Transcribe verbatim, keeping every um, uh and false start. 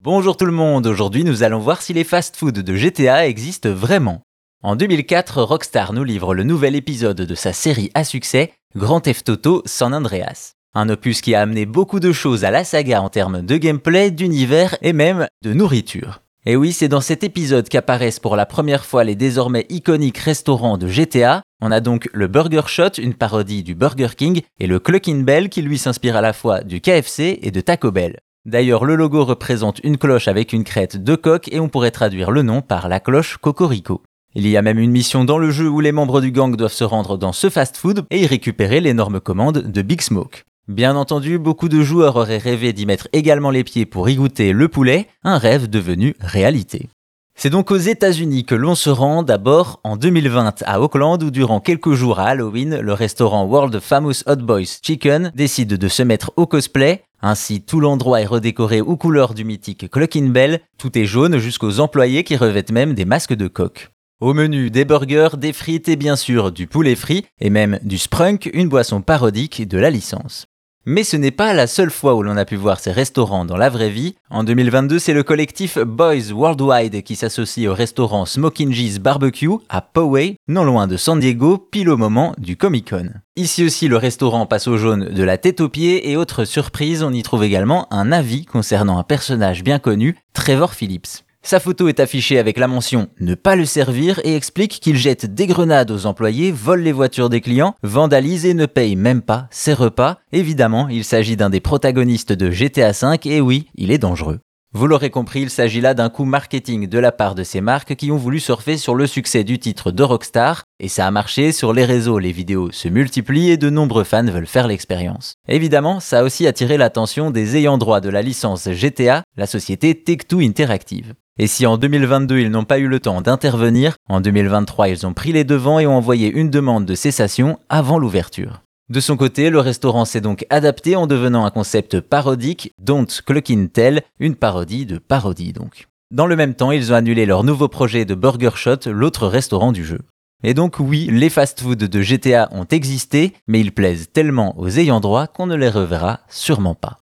Bonjour tout le monde, aujourd'hui nous allons voir si les fast-foods de G T A existent vraiment. En deux mille quatre, Rockstar nous livre le nouvel épisode de sa série à succès, Grand Theft Auto San Andreas. Un opus qui a amené beaucoup de choses à la saga en termes de gameplay, d'univers et même de nourriture. Et oui, c'est dans cet épisode qu'apparaissent pour la première fois les désormais iconiques restaurants de G T A. On a donc le Burger Shot, une parodie du Burger King, et le Cluckin' Bell qui lui s'inspire à la fois du K F C et de Taco Bell. D'ailleurs, le logo représente une cloche avec une crête de coq et on pourrait traduire le nom par la cloche Cocorico. Il y a même une mission dans le jeu où les membres du gang doivent se rendre dans ce fast-food et y récupérer l'énorme commande de Big Smoke. Bien entendu, beaucoup de joueurs auraient rêvé d'y mettre également les pieds pour y goûter le poulet, un rêve devenu réalité. C'est donc aux États-Unis que l'on se rend d'abord en deux mille vingt à Oakland où durant quelques jours à Halloween, le restaurant World Famous Hot Boys Chicken décide de se mettre au cosplay. Ainsi, tout l'endroit est redécoré aux couleurs du mythique Cluckin' Bell, tout est jaune jusqu'aux employés qui revêtent même des masques de coq. Au menu, des burgers, des frites et bien sûr du poulet frit et même du Sprunk, une boisson parodique de la licence. Mais ce n'est pas la seule fois où l'on a pu voir ces restaurants dans la vraie vie. En deux mille vingt-deux, c'est le collectif Boys Worldwide qui s'associe au restaurant Smokin' G's Barbecue à Poway, non loin de San Diego, pile au moment du Comic-Con. Ici aussi, le restaurant passe au jaune de la tête aux pieds et autre surprise, on y trouve également un avis concernant un personnage bien connu, Trevor Phillips. Sa photo est affichée avec la mention « Ne pas le servir » et explique qu'il jette des grenades aux employés, vole les voitures des clients, vandalise et ne paye même pas ses repas. Évidemment, il s'agit d'un des protagonistes de G T A cinq et oui, il est dangereux. Vous l'aurez compris, il s'agit là d'un coup marketing de la part de ces marques qui ont voulu surfer sur le succès du titre de Rockstar. Et ça a marché, sur les réseaux, les vidéos se multiplient et de nombreux fans veulent faire l'expérience. Évidemment, ça a aussi attiré l'attention des ayants droit de la licence G T A, la société Take-Two Interactive. Et si en deux mille vingt-deux ils n'ont pas eu le temps d'intervenir, en deux mille vingt-trois ils ont pris les devants et ont envoyé une demande de cessation avant l'ouverture. De son côté, le restaurant s'est donc adapté en devenant un concept parodique, Don't Cluckin' Tell, une parodie de parodie donc. Dans le même temps, ils ont annulé leur nouveau projet de Burger Shot, l'autre restaurant du jeu. Et donc oui, les fast-foods de G T A ont existé, mais ils plaisent tellement aux ayants droit qu'on ne les reverra sûrement pas.